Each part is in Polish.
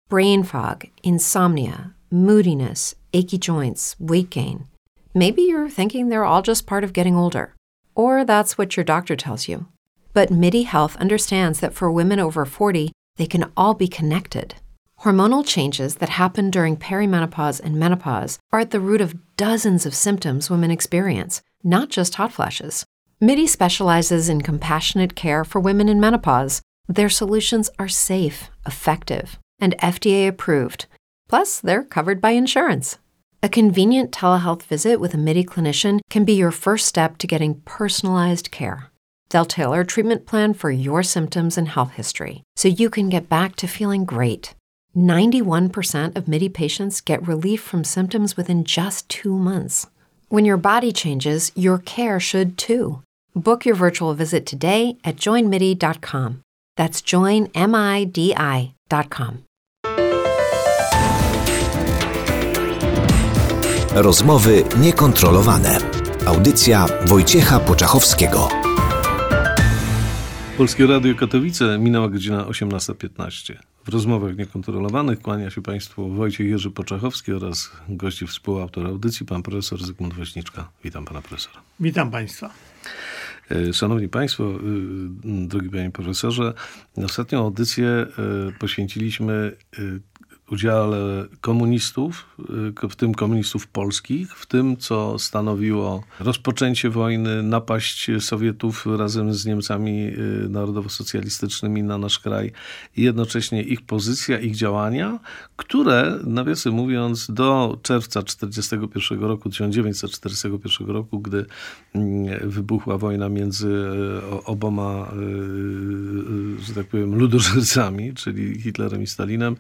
brain fog, insomnia, moodiness, achy joints, weight gain. Maybe you're thinking they're all just part of getting older, or that's what your doctor tells you. But MIDI Health understands that for women over 40, they can all be connected. Hormonal changes that happen during perimenopause and menopause are at the root of dozens of symptoms women experience, not just hot flashes. MIDI specializes in compassionate care for women in menopause. Their solutions are safe, effective, and FDA approved. Plus, they're covered by insurance. A convenient telehealth visit with a MIDI clinician can be your first step to getting personalized care. They'll tailor a treatment plan for your symptoms and health history, so you can get back to feeling great. 91% of MIDI patients get relief from symptoms within just 2 months. When your body changes, your care should too. Book your virtual visit today at joinmidi.com. That's joinmidi.com. Rozmowy niekontrolowane. Audycja Wojciecha Poczachowskiego. Polskie Radio Katowice, minęła godzina 18:15. W rozmowach niekontrolowanych kłania się Państwu Wojciech Jerzy Poczachowski oraz gości współautor audycji, pan profesor Zygmunt Woźniczka. Witam pana profesora. Witam Państwa. Szanowni Państwo, drogi panie profesorze, ostatnią audycję poświęciliśmy udziale komunistów, w tym komunistów polskich, w tym, co stanowiło rozpoczęcie wojny, napaść Sowietów razem z Niemcami narodowo-socjalistycznymi na nasz kraj i jednocześnie ich pozycja, ich działania, które, nawiasem mówiąc, do czerwca 1941 roku, gdy wybuchła wojna między oboma, że tak powiem, ludożercami, czyli Hitlerem i Stalinem,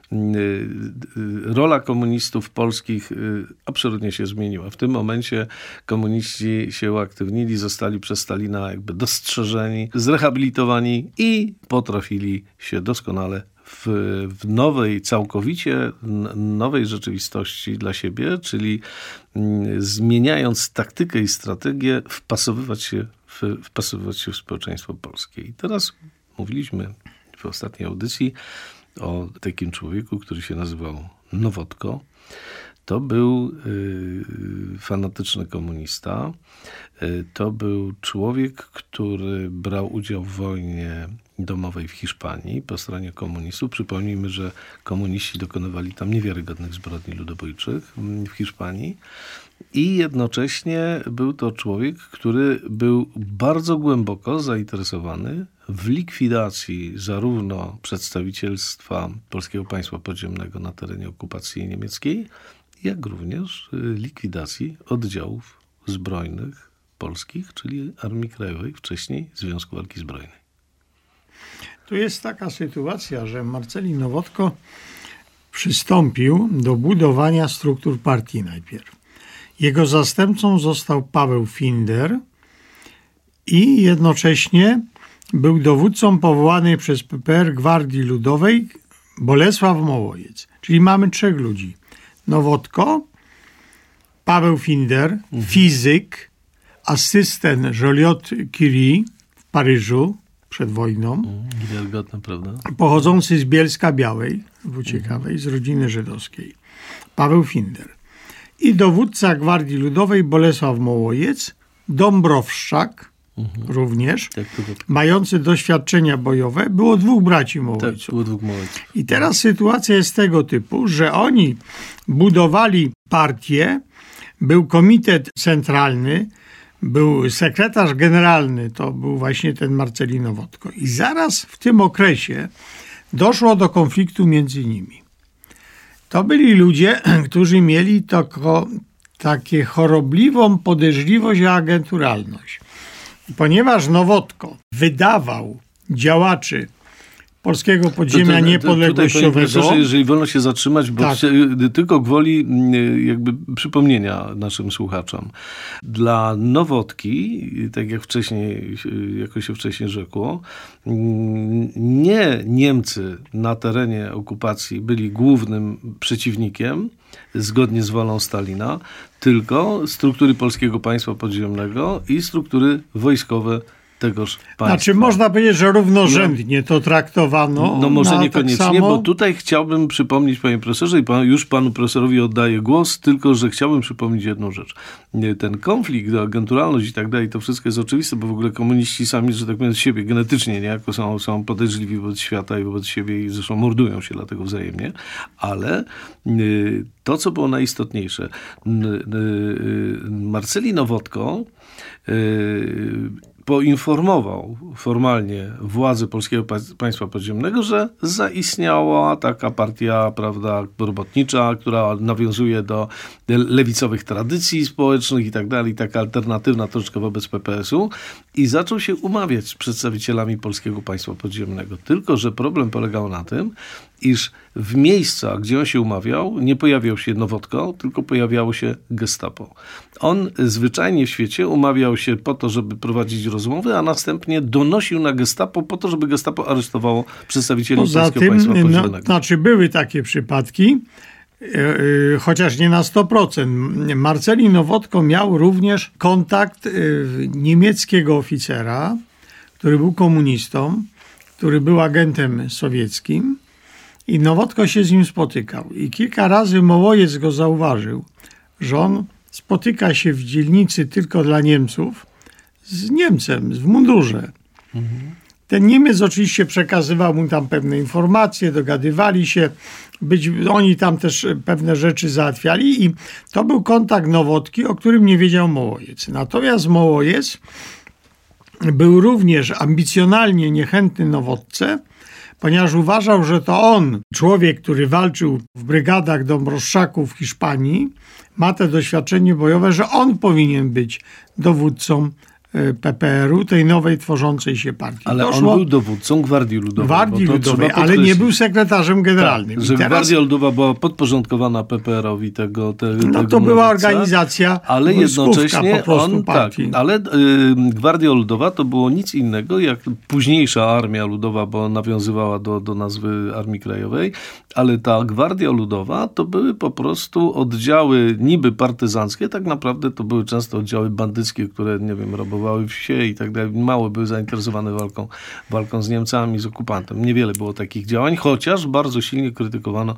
rola komunistów polskich absolutnie się zmieniła. W tym momencie komuniści się uaktywnili, zostali przez Stalina jakby dostrzeżeni, zrehabilitowani i potrafili się doskonale w nowej, całkowicie nowej rzeczywistości dla siebie, czyli zmieniając taktykę i strategię, wpasowywać się w społeczeństwo polskie. I teraz mówiliśmy w ostatniej audycji o takim człowieku, który się nazywał Nowotko. To był fanatyczny komunista. To był człowiek, który brał udział w wojnie domowej w Hiszpanii po stronie komunistów. Przypomnijmy, że komuniści dokonywali tam niewiarygodnych zbrodni ludobójczych w Hiszpanii. I jednocześnie był to człowiek, który był bardzo głęboko zainteresowany w likwidacji zarówno przedstawicielstwa Polskiego Państwa Podziemnego na terenie okupacji niemieckiej, jak również likwidacji oddziałów zbrojnych polskich, czyli Armii Krajowej, wcześniej Związku Walki Zbrojnej. Tu jest taka sytuacja, że Marceli Nowotko przystąpił do budowania struktur partii najpierw. Jego zastępcą został Paweł Finder i jednocześnie był dowódcą powołanej przez PPR Gwardii Ludowej Bolesław Mołojec. Czyli mamy 3 ludzi. Nowotko, Paweł Finder, fizyk, asystent Joliot-Curie w Paryżu przed wojną. Wiarygodne, prawda? Pochodzący z Bielska-Białej, ciekawej, z rodziny żydowskiej. Paweł Finder. I dowódca Gwardii Ludowej Bolesław Mołojec, Dąbrowszczak również, mający doświadczenia bojowe. Było 2 braci Mołojców. Tak, było 2 Mołojców. I teraz sytuacja jest tego typu, że oni budowali partię, był komitet centralny, był sekretarz generalny, to był właśnie ten Marceli Nowotko. I zaraz w tym okresie doszło do konfliktu między nimi. To byli ludzie, którzy mieli takie chorobliwą podejrzliwość i agenturalność. Ponieważ Nowotko wydawał działaczy Polskiego Podziemia Niepodległościowego. Tutaj, jeżeli wolno się zatrzymać, bo tak. Tylko gwoli jakby przypomnienia naszym słuchaczom. Dla Nowotki, tak jak się wcześniej rzekło, nie Niemcy na terenie okupacji byli głównym przeciwnikiem, zgodnie z wolą Stalina, tylko struktury Polskiego Państwa Podziemnego i struktury wojskowe tegoż państwa. Znaczy można powiedzieć, że równorzędnie to traktowano. No może niekoniecznie, tak samo... bo tutaj chciałbym przypomnieć, panie profesorze, i już panu profesorowi oddaję głos, tylko że chciałbym przypomnieć jedną rzecz. Ten konflikt, agenturalność i tak dalej, to wszystko jest oczywiste, bo w ogóle komuniści sami, że tak powiem, z siebie genetycznie niejako są podejrzliwi wobec świata i wobec siebie i zresztą mordują się dlatego wzajemnie, ale to, co było najistotniejsze, Marceli Nowotko poinformował formalnie władze Polskiego Państwa Podziemnego, że zaistniała taka partia, prawda, robotnicza, która nawiązuje do lewicowych tradycji społecznych i tak dalej, taka alternatywna troszeczkę wobec PPS-u i zaczął się umawiać z przedstawicielami Polskiego Państwa Podziemnego. Tylko że problem polegał na tym, iż w miejscach, gdzie on się umawiał, nie pojawiał się Nowotko, tylko pojawiało się Gestapo. On zwyczajnie w świecie umawiał się po to, żeby prowadzić rozmowy, a następnie donosił na Gestapo po to, żeby Gestapo aresztowało przedstawicieli Polskiego Państwa Podziemnego. No, znaczy były takie przypadki, chociaż nie na 100%. Marceli Nowotko miał również kontakt niemieckiego oficera, który był komunistą, który był agentem sowieckim i Nowotko się z nim spotykał. I kilka razy Mołojec go zauważył, że on spotyka się w dzielnicy tylko dla Niemców z Niemcem, w mundurze. Ten Niemiec oczywiście przekazywał mu tam pewne informacje, dogadywali się, oni tam też pewne rzeczy załatwiali i to był kontakt Nowotki, o którym nie wiedział Mołojec. Natomiast Mołojec był również ambicjonalnie niechętny Nowotce, ponieważ uważał, że to on, człowiek, który walczył w brygadach Dąbrowszaków w Hiszpanii, ma te doświadczenie bojowe, że on powinien być dowódcą PPR-u, tej nowej tworzącej się partii. Ale on był dowódcą Gwardii Ludowej. Ale nie był sekretarzem generalnym. Tak, że Gwardia Ludowa była podporządkowana PPR-owi tego to była organizacja, ale jednocześnie po prostu partii. Ale Gwardia Ludowa to było nic innego jak późniejsza Armia Ludowa, bo nawiązywała do nazwy Armii Krajowej, ale ta Gwardia Ludowa to były po prostu oddziały niby partyzanckie, tak naprawdę to były często oddziały bandyckie, które, nie wiem, rabowały wsie i tak dalej. Mało były zainteresowane walką z Niemcami, z okupantem. Niewiele było takich działań, chociaż bardzo silnie krytykowano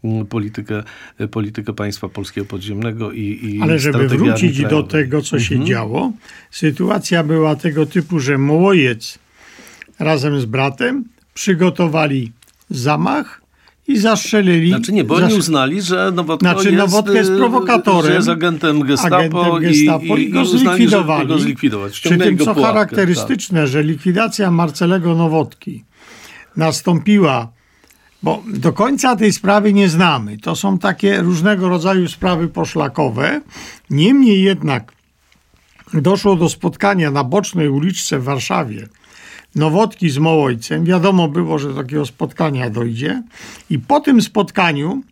politykę państwa polskiego podziemnego i ale żeby wrócić do tego, co się działo, sytuacja była tego typu, że Mołojec razem z bratem przygotowali zamach i zastrzelili. Znaczy nie, bo oni uznali, że Nowotko jest prowokatorem. Że jest agentem Gestapo i go zlikwidowali. Go zlikwidować. Przy tym, co charakterystyczne, że likwidacja Marcelego Nowotki nastąpiła, bo do końca tej sprawy nie znamy. To są takie różnego rodzaju sprawy poszlakowe. Niemniej jednak doszło do spotkania na Bocznej uliczce w Warszawie Nowotki z Mołojcem. Wiadomo było, że do takiego spotkania dojdzie. I po tym spotkaniu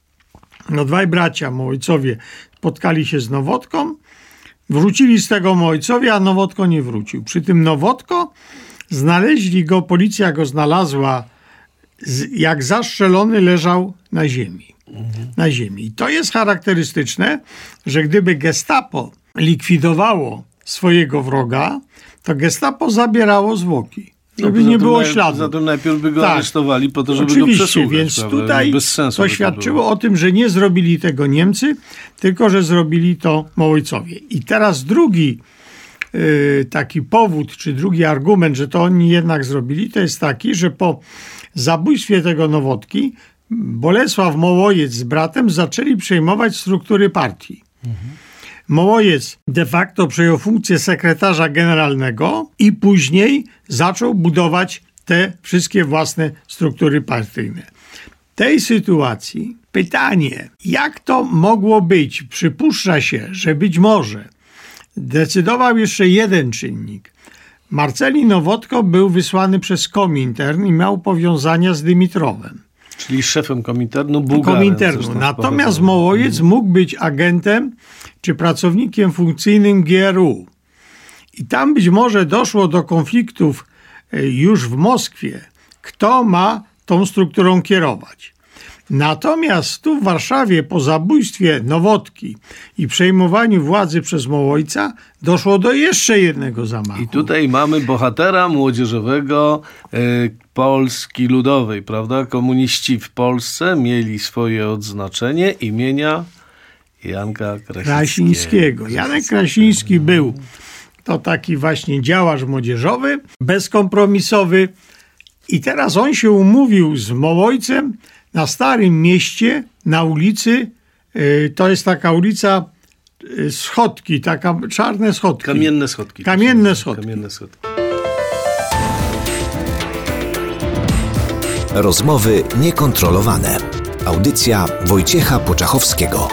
dwaj bracia Mołojcowie spotkali się z Nowotką, wrócili z tego Mołojcowie, a Nowotko nie wrócił. Przy tym Nowotko znaleźli go, policja go znalazła, jak zastrzelony leżał na ziemi. Na ziemi. I to jest charakterystyczne, że gdyby Gestapo likwidowało swojego wroga, to Gestapo zabierało zwłoki, żeby nie było śladu. Zatem najpierw by go aresztowali po to, żeby go przesłuchać. Więc tutaj bez sensu to świadczyło o tym, że nie zrobili tego Niemcy, tylko że zrobili to Mołojcowie. I teraz drugi taki powód, czy drugi argument, że to oni jednak zrobili, to jest taki, że po zabójstwie tego Nowotki Bolesław Mołojec z bratem zaczęli przejmować struktury partii. Mołojec de facto przejął funkcję sekretarza generalnego i później zaczął budować te wszystkie własne struktury partyjne. W tej sytuacji pytanie, jak to mogło być? Przypuszcza się, że być może decydował jeszcze jeden czynnik. Marceli Nowotko był wysłany przez Komintern i miał powiązania z Dymitrowem. Czyli szefem Kominternu, Bułgarem. Natomiast Mołojec mógł być agentem czy pracownikiem funkcyjnym GRU. I tam być może doszło do konfliktów już w Moskwie. Kto ma tą strukturą kierować? Natomiast tu w Warszawie po zabójstwie Nowotki i przejmowaniu władzy przez Mołojca doszło do jeszcze jednego zamachu. I tutaj mamy bohatera młodzieżowego Polski Ludowej, prawda? Komuniści w Polsce mieli swoje odznaczenie imienia Janka Krasińskiego. Janek Krasiński był to taki właśnie działacz młodzieżowy, bezkompromisowy i teraz on się umówił z Mołojcem na Starym Mieście, na ulicy, to jest taka ulica Schodki, taka czarne schodki. Kamienne schodki. Kamienne schodki. Rozmowy niekontrolowane. Audycja Wojciecha Poczachowskiego.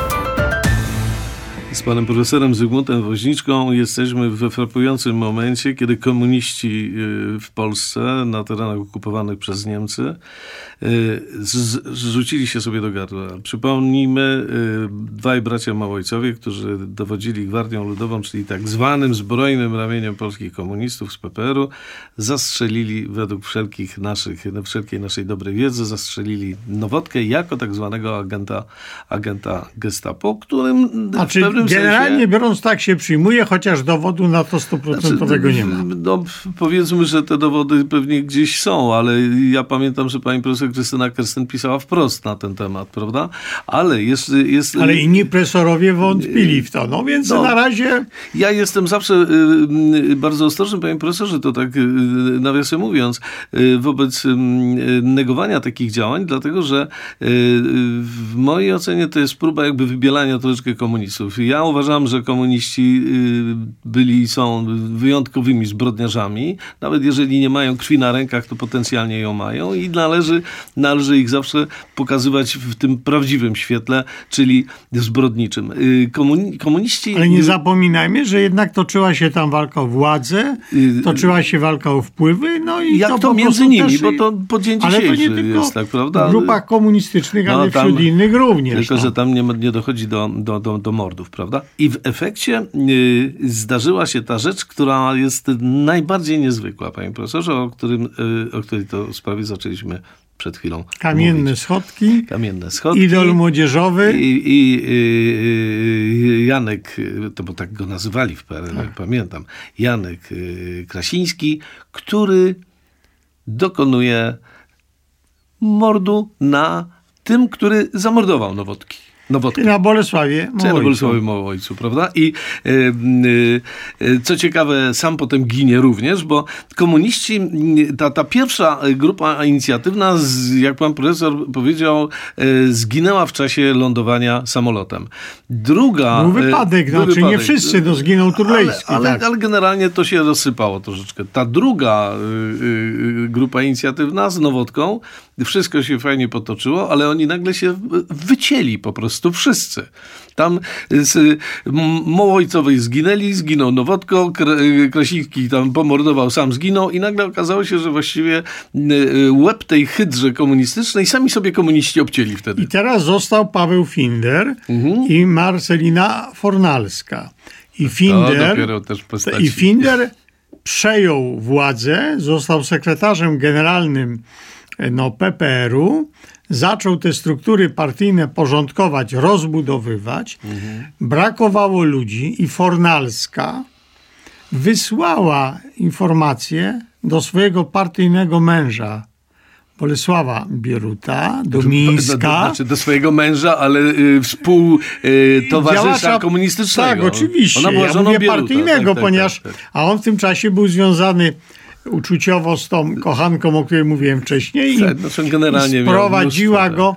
Z panem profesorem Zygmuntem Woźniczką jesteśmy we frapującym momencie, kiedy komuniści w Polsce, na terenach okupowanych przez Niemcy, rzucili się sobie do gardła. Przypomnijmy, dwaj bracia Małojcowie, którzy dowodzili Gwardią Ludową, czyli tak zwanym zbrojnym ramieniem polskich komunistów z PPR-u, zastrzelili według wszelkiej naszej dobrej wiedzy, zastrzelili Nowotkę jako tak zwanego agenta Gestapo, którym w pewnym generalnie sensie, biorąc tak się przyjmuje, chociaż dowodu na to 100% nie ma. No, powiedzmy, że te dowody pewnie gdzieś są, ale ja pamiętam, że pani profesor Krystyna Kersten pisała wprost na ten temat, prawda? Ale jest... Ale inni profesorowie wątpili w to, no więc na razie... Ja jestem zawsze bardzo ostrożny, panie profesorze, to tak nawiasem mówiąc, wobec negowania takich działań, dlatego, że w mojej ocenie to jest próba jakby wybielania troszeczkę komunistów. Ja uważam, że komuniści byli i są wyjątkowymi zbrodniarzami. Nawet jeżeli nie mają krwi na rękach, to potencjalnie ją mają i należy ich zawsze pokazywać w tym prawdziwym świetle, czyli zbrodniczym. Komuniści... Ale nie zapominajmy, że jednak toczyła się tam walka o władzę, toczyła się walka o wpływy, no i jak to między nimi, bo to po dzień dzisiejszy jest, tak, prawda? W grupach komunistycznych, ale wśród innych również. Tylko, że tam nie dochodzi do mordów, prawda? I w efekcie zdarzyła się ta rzecz, która jest najbardziej niezwykła, panie profesorze, o której to sprawie zaczęliśmy przed chwilą Kamienne schodki. Idol młodzieżowy. I Janek, to bo tak go nazywali w PRL, jak pamiętam, Janek Krasiński, który dokonuje mordu na tym, który zamordował Nowotkę. Na Bolesławie Małojcu, prawda? I co ciekawe, sam potem ginie również, bo komuniści, ta pierwsza grupa inicjatywna, jak pan profesor powiedział, zginęła w czasie lądowania samolotem. Druga... Był wypadek, nie wszyscy, zginął Turlejski. Ale generalnie to się rozsypało troszeczkę. Ta druga grupa inicjatywna z Nowotką, wszystko się fajnie potoczyło, ale oni nagle się wycięli po prostu wszyscy. Tam z Mołojcowej zginął Nowotko, Krasiński tam pomordował, sam zginął i nagle okazało się, że właściwie łeb tej hydrze komunistycznej sami sobie komuniści obcięli wtedy. I teraz został Paweł Finder i Marcelina Fornalska. I Finder przejął władzę, został sekretarzem generalnym PPR-u, zaczął te struktury partyjne porządkować, rozbudowywać. Brakowało ludzi i Fornalska wysłała informacje do swojego partyjnego męża Bolesława Bieruta, do Mińska. Do swojego męża, ale współtowarzysza komunistycznego. Tak, oczywiście. Ona była żoną Bieruta, partyjnego, ponieważ a on w tym czasie był związany uczuciowo z tą kochanką, o której mówiłem wcześniej, i sprowadziła go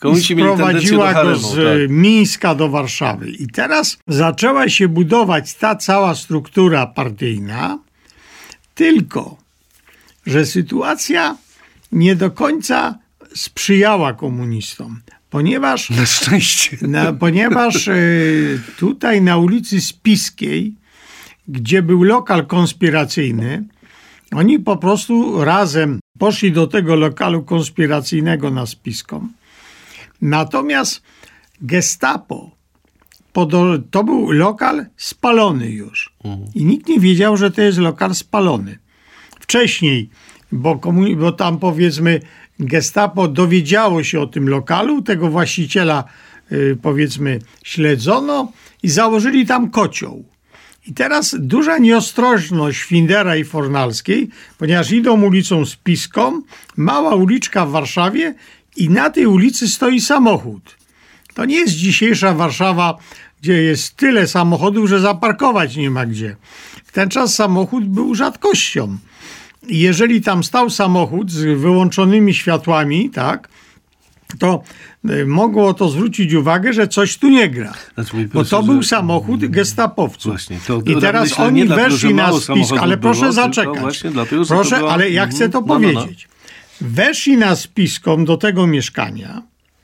z Mińska do Warszawy. I teraz zaczęła się budować ta cała struktura partyjna, tylko że sytuacja nie do końca sprzyjała komunistom, ponieważ na szczęście. Ponieważ tutaj na ulicy Spiskiej, gdzie był lokal konspiracyjny, oni po prostu razem poszli do tego lokalu konspiracyjnego na Spiską. Natomiast Gestapo, to był lokal spalony już. I nikt nie wiedział, że to jest lokal spalony. Wcześniej, bo tam powiedzmy Gestapo dowiedziało się o tym lokalu, tego właściciela powiedzmy śledzono i założyli tam kocioł. I teraz duża nieostrożność Findera i Fornalskiej, ponieważ idą ulicą Spiską, mała uliczka w Warszawie i na tej ulicy stoi samochód. To nie jest dzisiejsza Warszawa, gdzie jest tyle samochodów, że zaparkować nie ma gdzie. W ten czas samochód był rzadkością. I jeżeli tam stał samochód z wyłączonymi światłami, tak, to mogło to zwrócić uwagę, że coś tu nie gra. Bo to był samochód gestapowców. Właśnie, i teraz oni weszli na Spiskę, ale proszę zaczekać. Proszę, ale ja chcę to powiedzieć. Weszli na Spiską do tego mieszkania,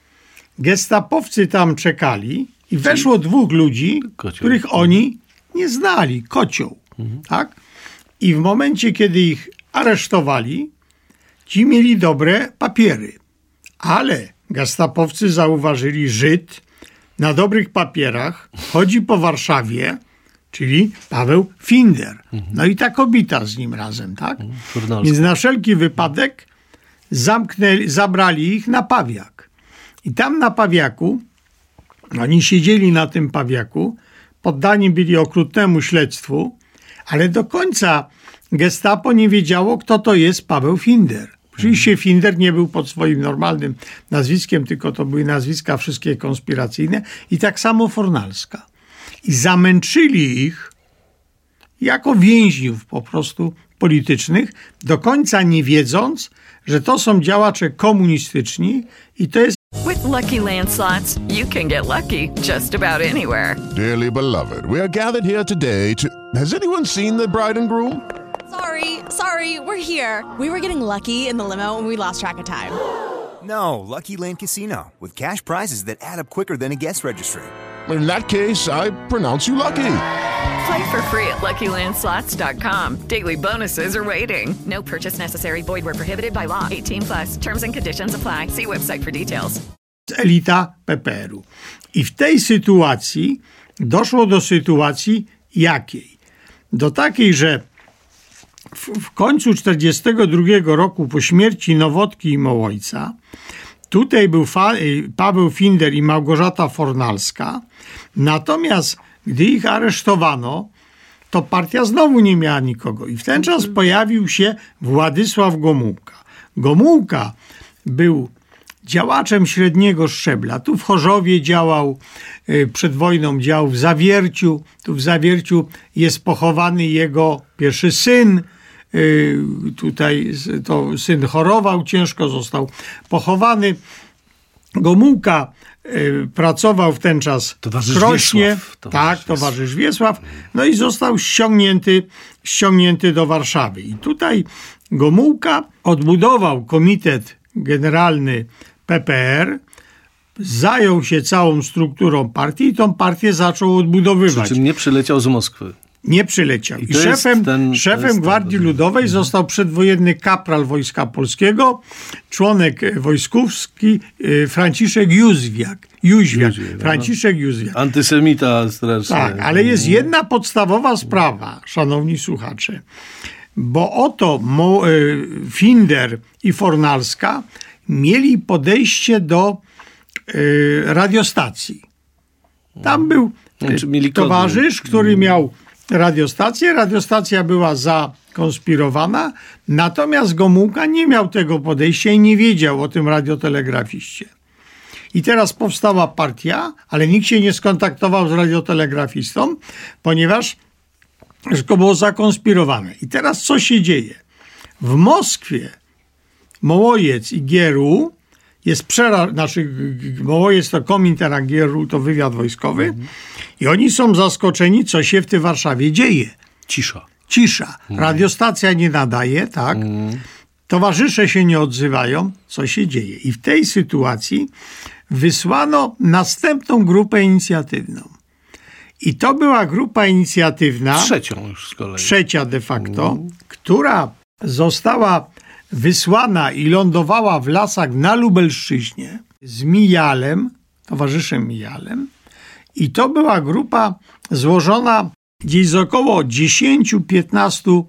gestapowcy tam czekali i weszło dwóch ludzi, których oni nie znali. Kocioł. Tak? I w momencie, kiedy ich aresztowali, ci mieli dobre papiery. Ale gestapowcy zauważyli, Żyd na dobrych papierach chodzi po Warszawie, czyli Paweł Finder. No i ta kobieta z nim razem, tak? Więc na wszelki wypadek zabrali ich na Pawiak. I tam na Pawiaku, oni siedzieli na tym Pawiaku, poddani byli okrutnemu śledztwu, ale do końca gestapo nie wiedziało, kto to jest Paweł Finder. Oczywiście Finder nie był pod swoim normalnym nazwiskiem, tylko to były nazwiska wszystkie konspiracyjne i tak samo Fornalska. I zamęczyli ich jako więźniów po prostu politycznych, do końca nie wiedząc, że to są działacze komunistyczni i to jest... With Lucky Land Slots, you can get lucky just about anywhere. Dearly beloved, we are gathered here today to... Has anyone seen the bride and groom? Sorry, we're here. We were getting lucky in the limo and we lost track of time. No, Lucky Land Casino, with cash prizes that add up quicker than a guest registry. In that case, I pronounce you lucky. Play for free at LuckyLandSlots.com. Daily bonuses are waiting. No purchase necessary. Void where prohibited by law. 18+. Terms and conditions apply. See website for details. Elita PPR-u. I w tej sytuacji doszło do sytuacji jakiej? Do takiej, że w końcu 1942 roku po śmierci Nowotki i Mołojca tutaj był Paweł Finder i Małgorzata Fornalska. Natomiast gdy ich aresztowano, to partia znowu nie miała nikogo. I w ten czas pojawił się Władysław Gomułka. Gomułka był działaczem średniego szczebla. Tu w Chorzowie działał, przed wojną działał w Zawierciu. Tu w Zawierciu jest pochowany jego pierwszy syn. Tutaj to syn chorował ciężko, został pochowany. Gomułka pracował w ten czas w Krośnie. Towarzysz Wiesław. No i został ściągnięty do Warszawy. I tutaj Gomułka odbudował Komitet Generalny PPR, zajął się całą strukturą partii i tą partię zaczął odbudowywać. Przy czym nie przyleciał z Moskwy. Nie przyleciał. I szefem Gwardii Ludowej został przedwojenny kapral Wojska Polskiego, członek wojskówski Franciszek Jóźwiak. Franciszek Jóźwiak. Antysemita strasznie. Tak, ale jest jedna podstawowa sprawa, szanowni słuchacze. Bo oto Finder i Fornalska mieli podejście do radiostacji. Tam był towarzysz, który miał radiostację. Radiostacja była zakonspirowana, natomiast Gomułka nie miał tego podejścia i nie wiedział o tym radiotelegrafiście. I teraz powstała partia, ale nikt się nie skontaktował z radiotelegrafistą, ponieważ wszystko było zakonspirowane. I teraz co się dzieje? W Moskwie Mołojec i GRU jest Mołojec to Komintern, a GRU to wywiad wojskowy i oni są zaskoczeni, co się w tej Warszawie dzieje. Cisza. Radiostacja nie nadaje, tak? Towarzysze się nie odzywają, co się dzieje. I w tej sytuacji wysłano następną grupę inicjatywną. I to była grupa inicjatywna, trzecią już z kolei. Trzecia de facto, która została wysłana i lądowała w lasach na Lubelszczyźnie z Mijalem, towarzyszem Mijalem. I to była grupa złożona gdzieś z około 10-15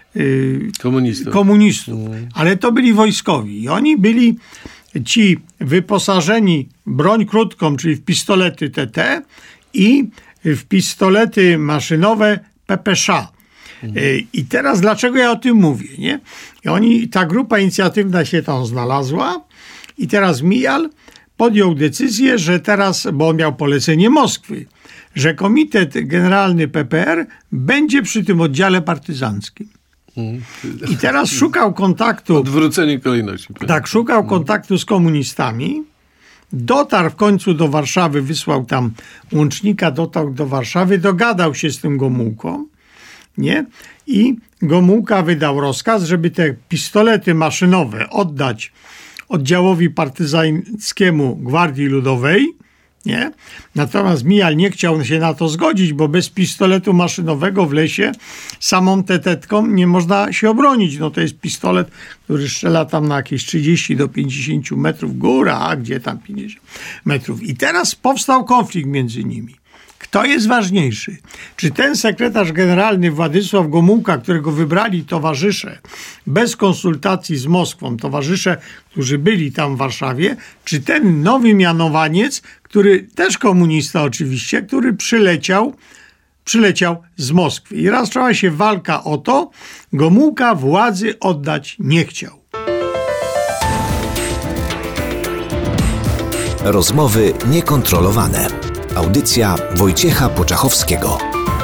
komunistów. Ale to byli wojskowi. I oni byli ci wyposażeni w broń krótką, czyli w pistolety TT i w pistolety maszynowe PPSz. I teraz dlaczego ja o tym mówię, nie? Ta grupa inicjatywna się tam znalazła i teraz Mijal podjął decyzję, że teraz, bo on miał polecenie Moskwy, że Komitet Generalny PPR będzie przy tym oddziale partyzanckim. I teraz szukał kontaktu. Odwrócenie kolejności. Tak, szukał kontaktu z komunistami. Dotarł w końcu do Warszawy, wysłał tam łącznika, dotarł do Warszawy, dogadał się z tym Gomułką, nie? I Gomułka wydał rozkaz, żeby te pistolety maszynowe oddać oddziałowi partyzanckiemu Gwardii Ludowej, nie? Natomiast Mijal nie chciał się na to zgodzić, bo bez pistoletu maszynowego w lesie samą tetetką nie można się obronić. No to jest pistolet, który strzela tam na jakieś 30 do 50 metrów góra, a gdzie tam 50 metrów. I teraz powstał konflikt między nimi. Kto jest ważniejszy? Czy ten sekretarz generalny Władysław Gomułka, którego wybrali towarzysze bez konsultacji z Moskwą, towarzysze, którzy byli tam w Warszawie, czy ten nowy mianowaniec, który też komunista oczywiście, który przyleciał z Moskwy. I rozpoczęła się walka o to, Gomułka władzy oddać nie chciał. Rozmowy niekontrolowane. Audycja Wojciecha Poczachowskiego.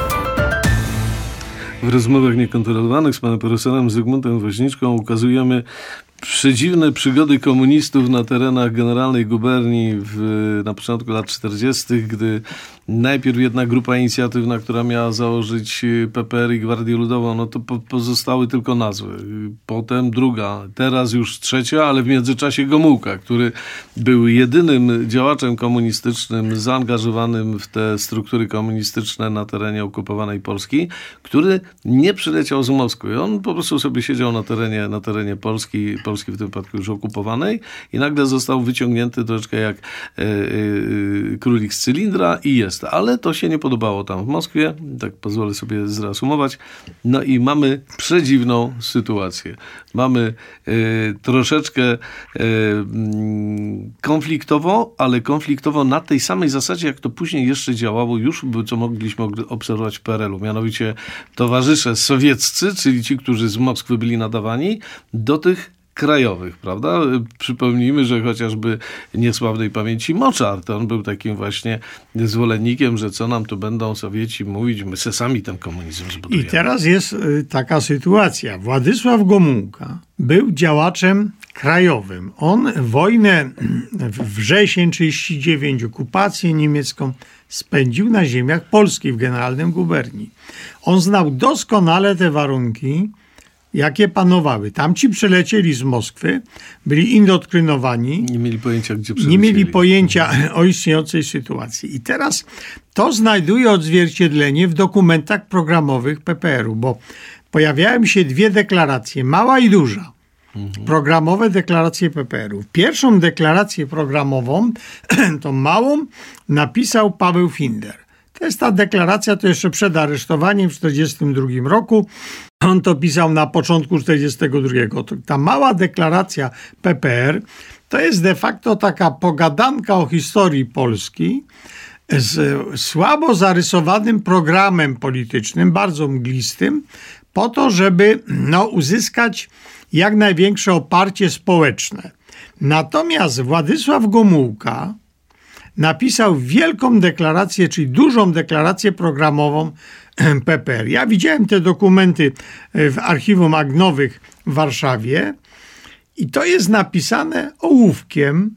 W rozmowach niekontrolowanych z panem profesorem Zygmuntem Woźniczką ukazujemy przedziwne przygody komunistów na terenach generalnej guberni na początku lat 40., gdy najpierw jedna grupa inicjatywna, która miała założyć PPR i Gwardię Ludową, no to pozostały tylko nazwy. Potem druga, teraz już trzecia, ale w międzyczasie Gomułka, który był jedynym działaczem komunistycznym zaangażowanym w te struktury komunistyczne na terenie okupowanej Polski, który nie przyleciał z Moskwy. On po prostu sobie siedział na terenie Polski w tym wypadku już okupowanej i nagle został wyciągnięty troszeczkę jak królik z cylindra i jest. Ale to się nie podobało tam w Moskwie, tak pozwolę sobie zreasumować. No i mamy przedziwną sytuację. Mamy troszeczkę konfliktowo, ale konfliktowo na tej samej zasadzie, jak to później jeszcze działało już, co mogliśmy obserwować w PRL-u. Mianowicie towarzysze sowieccy, czyli ci, którzy z Moskwy byli nadawani, do tych krajowych, prawda? Przypomnijmy, że chociażby niesławnej pamięci Moczar, to on był takim właśnie zwolennikiem, że co nam tu będą Sowieci mówić, my se sami ten komunizm zbudujemy. I teraz jest taka sytuacja. Władysław Gomułka był działaczem krajowym. On wojnę wrzesień 1939, okupację niemiecką spędził na ziemiach polskich w Generalnym Guberni. On znał doskonale te warunki, jakie panowały. Tamci przylecieli z Moskwy, byli indoktrynowani. Nie mieli pojęcia, gdzie przylecieli. Nie mieli pojęcia o istniejącej sytuacji. I teraz to znajduje odzwierciedlenie w dokumentach programowych PPR-u, bo pojawiają się dwie deklaracje, mała i duża. Programowe deklaracje PPR-u. Pierwszą deklarację programową, tą małą, napisał Paweł Finder. To jest ta deklaracja, to jeszcze przed aresztowaniem w 1942 roku. On to pisał na początku 1942. Ta mała deklaracja PPR to jest de facto taka pogadanka o historii Polski z słabo zarysowanym programem politycznym, bardzo mglistym, po to, żeby uzyskać jak największe oparcie społeczne. Natomiast Władysław Gomułka napisał wielką deklarację, czyli dużą deklarację programową PPR. Ja widziałem te dokumenty w archiwum Agnowych w Warszawie i to jest napisane ołówkiem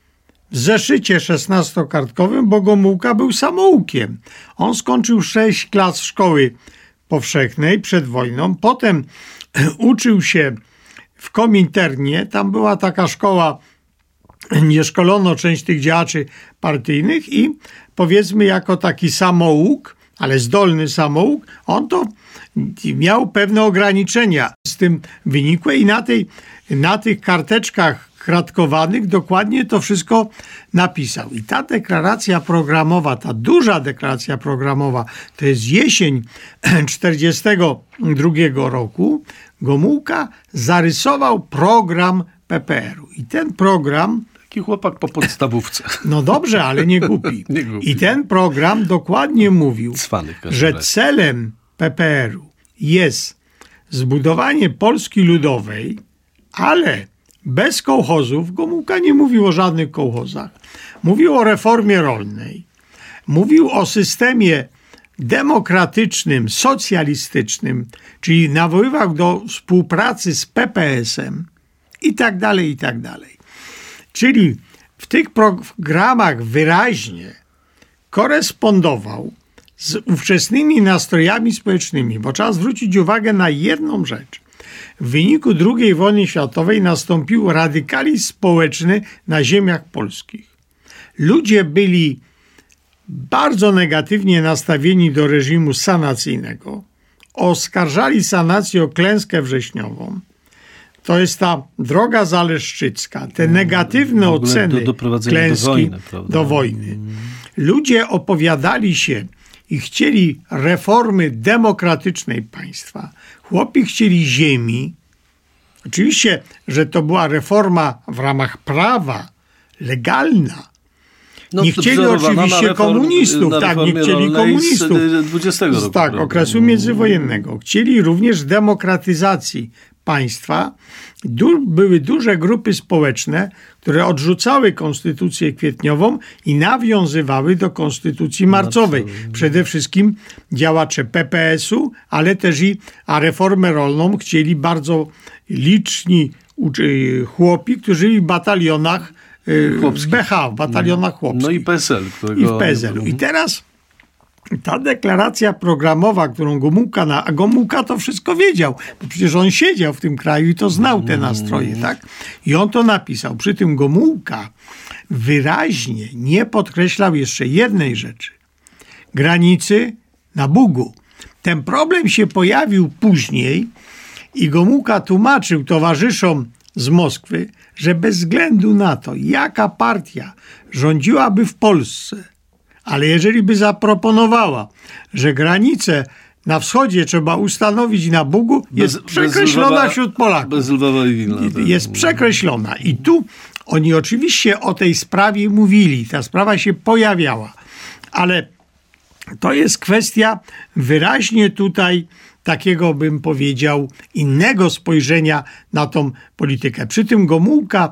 w zeszycie 16-kartkowym, bo Gomułka był samoukiem. On skończył 6 klas szkoły powszechnej przed wojną, potem uczył się w Kominternie, tam była taka szkoła, nie szkolono część tych działaczy partyjnych i powiedzmy jako taki samouk, ale zdolny samouk, on to miał pewne ograniczenia z tym wynikłe i na tych karteczkach kratkowanych dokładnie to wszystko napisał. I ta deklaracja programowa, ta duża deklaracja programowa, to jest jesień 1942 roku, Gomułka zarysował program PPR-u. I ten program... Taki chłopak po podstawówce. No dobrze, ale nie głupi. Nie głupi. I ten program dokładnie mówił, że celem PPR-u jest zbudowanie Polski Ludowej, ale bez kołchozów. Gomułka nie mówił o żadnych kołchozach. Mówił o reformie rolnej. Mówił o systemie demokratycznym, socjalistycznym, czyli nawoływał do współpracy z PPS-em i tak dalej, i tak dalej. Czyli w tych programach wyraźnie korespondował z ówczesnymi nastrojami społecznymi, bo trzeba zwrócić uwagę na jedną rzecz. W wyniku II wojny światowej nastąpił radykalizm społeczny na ziemiach polskich. Ludzie byli bardzo negatywnie nastawieni do reżimu sanacyjnego. Oskarżali sanację o klęskę wrześniową. To jest ta droga zaleszczycka, te negatywne oceny klęski do wojny. Ludzie opowiadali się i chcieli reformy demokratycznej państwa. Chłopi chcieli ziemi. Oczywiście, że to była reforma w ramach prawa, legalna. Nie chcieli oczywiście komunistów, tak, nie chcieli komunistów roku, tak, okresu międzywojennego. Chcieli również demokratyzacji państwa. Były duże grupy społeczne, które odrzucały konstytucję kwietniową i nawiązywały do konstytucji marcowej. Przede wszystkim działacze PPS-u, ale też a reformę rolną chcieli bardzo liczni chłopi, którzy żyli w batalionach BH, w batalionach chłopskich. No i PSL. I w PSL-u. I teraz ta deklaracja programowa, którą a Gomułka to wszystko wiedział, bo przecież on siedział w tym kraju i to znał te nastroje, tak? I on to napisał. Przy tym Gomułka wyraźnie nie podkreślał jeszcze jednej rzeczy. Granicy na Bugu. Ten problem się pojawił później i Gomułka tłumaczył towarzyszom z Moskwy, że bez względu na to, jaka partia rządziłaby w Polsce, ale jeżeli by zaproponowała, że granicę na wschodzie trzeba ustanowić na Bugu, jest przekreślona wśród Polaków. Bez Lwowa i Wilna. Jest przekreślona. I tu oni oczywiście o tej sprawie mówili. Ta sprawa się pojawiała. Ale to jest kwestia wyraźnie tutaj takiego, bym powiedział, innego spojrzenia na tą politykę. Przy tym Gomułka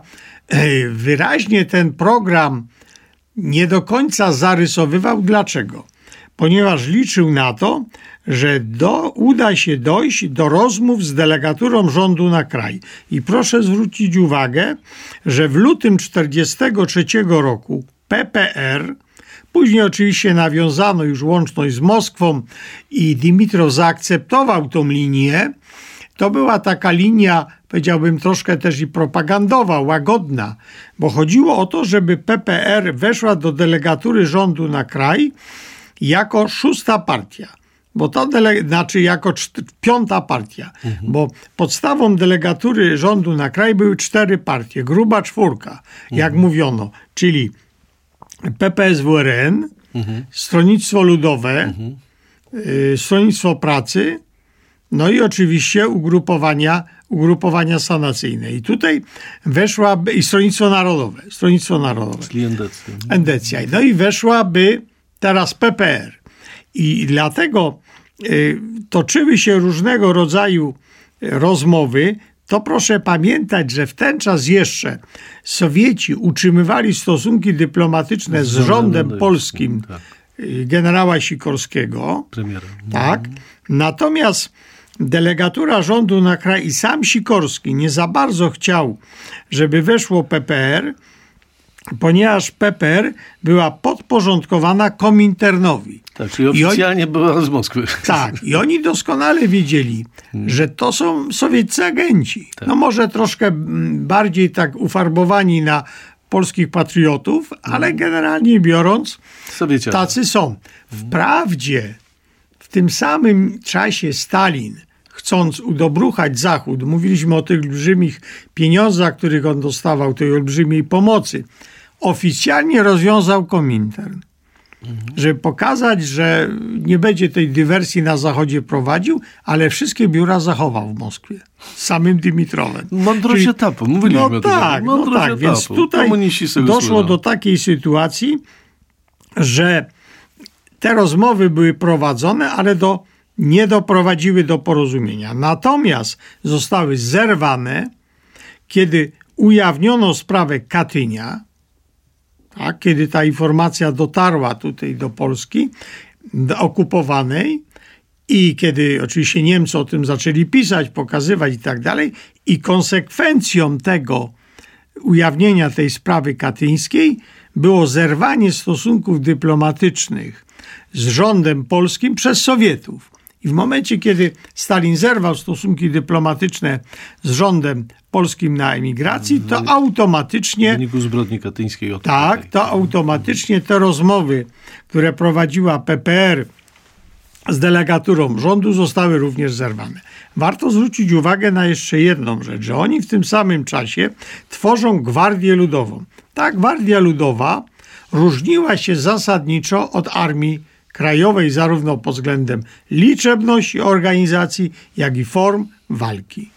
wyraźnie ten program nie do końca zarysowywał. Dlaczego? Ponieważ liczył na to, że uda się dojść do rozmów z delegaturą rządu na kraj. I proszę zwrócić uwagę, że w lutym 1943 roku PPR, później oczywiście nawiązano już łączność z Moskwą i Dimitrow zaakceptował tą linię. To była taka linia, powiedziałbym, troszkę też i propagandowa, łagodna, bo chodziło o to, żeby PPR weszła do delegatury rządu na kraj jako 6. partia, bo to znaczy jako 5. partia, bo podstawą delegatury rządu na kraj były 4 partie, gruba 4, jak mówiono, czyli PPSWRN, Stronnictwo Ludowe, Stronnictwo Pracy, no i oczywiście ugrupowania sanacyjne. I tutaj weszłaby i Stronnictwo Narodowe. Czyli Endecja. No i weszłaby teraz PPR. I dlatego toczyły się różnego rodzaju rozmowy. To proszę pamiętać, że w ten czas jeszcze Sowieci utrzymywali stosunki dyplomatyczne z rządem polskim generała Sikorskiego. Premiera. Tak. Natomiast delegatura rządu na kraj i sam Sikorski nie za bardzo chciał, żeby weszło PPR, ponieważ PPR była podporządkowana Kominternowi. Tak, czyli oficjalnie była z Moskwy. Tak, i oni doskonale wiedzieli, że to są sowieccy agenci. Tak. No może troszkę bardziej tak ufarbowani na polskich patriotów, ale generalnie biorąc, tacy są. Wprawdzie w tym samym czasie Stalin chcąc udobruchać Zachód, mówiliśmy o tych olbrzymich pieniądzach, których on dostawał, tej olbrzymiej pomocy, oficjalnie rozwiązał Komintern. Żeby pokazać, że nie będzie tej dywersji na Zachodzie prowadził, ale wszystkie biura zachował w Moskwie. Z samym Dymitrowem. Mądrość etapu. Mówiliśmy o tym. Tak, więc tutaj doszło do takiej sytuacji, że te rozmowy były prowadzone, ale nie doprowadziły do porozumienia. Natomiast zostały zerwane, kiedy ujawniono sprawę Katynia, tak, kiedy ta informacja dotarła tutaj do Polski okupowanej i kiedy oczywiście Niemcy o tym zaczęli pisać, pokazywać i tak dalej, i konsekwencją tego ujawnienia tej sprawy katyńskiej było zerwanie stosunków dyplomatycznych z rządem polskim przez Sowietów. I w momencie, kiedy Stalin zerwał stosunki dyplomatyczne z rządem polskim na emigracji, to automatycznie... W wyniku zbrodni katyńskiej. Tak, to automatycznie te rozmowy, które prowadziła PPR z delegaturą rządu, zostały również zerwane. Warto zwrócić uwagę na jeszcze jedną rzecz, że oni w tym samym czasie tworzą Gwardię Ludową. Ta Gwardia Ludowa różniła się zasadniczo od Armii Krajowej zarówno pod względem liczebności organizacji, jak i form walki.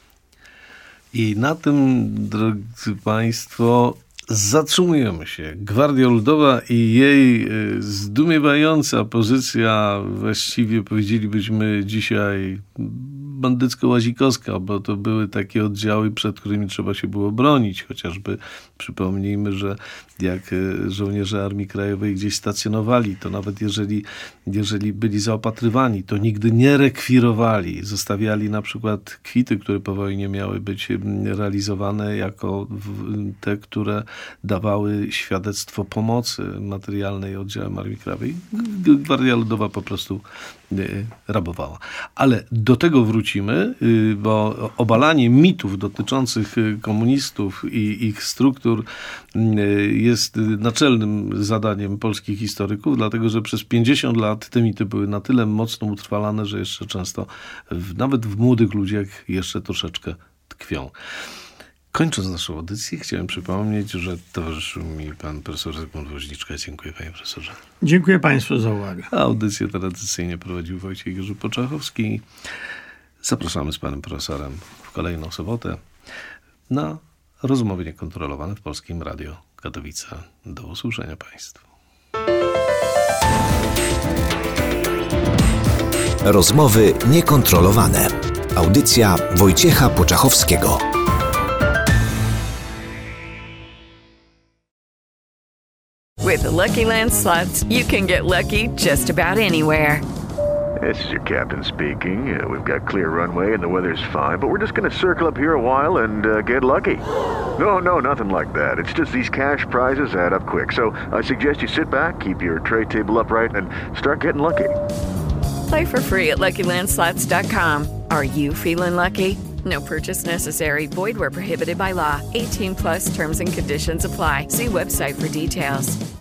I na tym, drodzy Państwo, zatrzymujemy się. Gwardia Ludowa i jej zdumiewająca pozycja, właściwie powiedzielibyśmy dzisiaj bandycko-łazikowska, bo to były takie oddziały, przed którymi trzeba się było bronić. Chociażby przypomnijmy, że jak żołnierze Armii Krajowej gdzieś stacjonowali, to nawet jeżeli byli zaopatrywani, to nigdy nie rekwirowali. Zostawiali na przykład kwity, które po wojnie miały być realizowane jako te, które dawały świadectwo pomocy materialnej oddziałem Armii Krajowej. Gwardia Ludowa po prostu rabowała. Ale do tego wrócimy, bo obalanie mitów dotyczących komunistów i ich struktur jest naczelnym zadaniem polskich historyków, dlatego że przez 50 lat te mity były na tyle mocno utrwalane, że jeszcze często nawet w młodych ludziach jeszcze troszeczkę tkwią. Kończąc naszą audycję, chciałem przypomnieć, że towarzyszył mi pan profesor Zygmunt Woźniczka. Dziękuję, panie profesorze. Dziękuję państwu za uwagę. A audycję tradycyjnie prowadził Wojciech Jerzy Poczachowski. Zapraszamy z panem profesorem w kolejną sobotę na rozmowy niekontrolowane w Polskim Radio Katowice. Do usłyszenia państwu. Rozmowy niekontrolowane. Audycja Wojciecha Poczachowskiego. With the Lucky Land Slots, you can get lucky just about anywhere. This is your captain speaking. We've got clear runway and the weather's fine, but we're just going to circle up here a while and get lucky. No, nothing like that. It's just these cash prizes add up quick. So I suggest you sit back, keep your tray table upright, and start getting lucky. Play for free at LuckyLandSlots.com. Are you feeling lucky? No purchase necessary. Void where prohibited by law. 18+ terms and conditions apply. See website for details.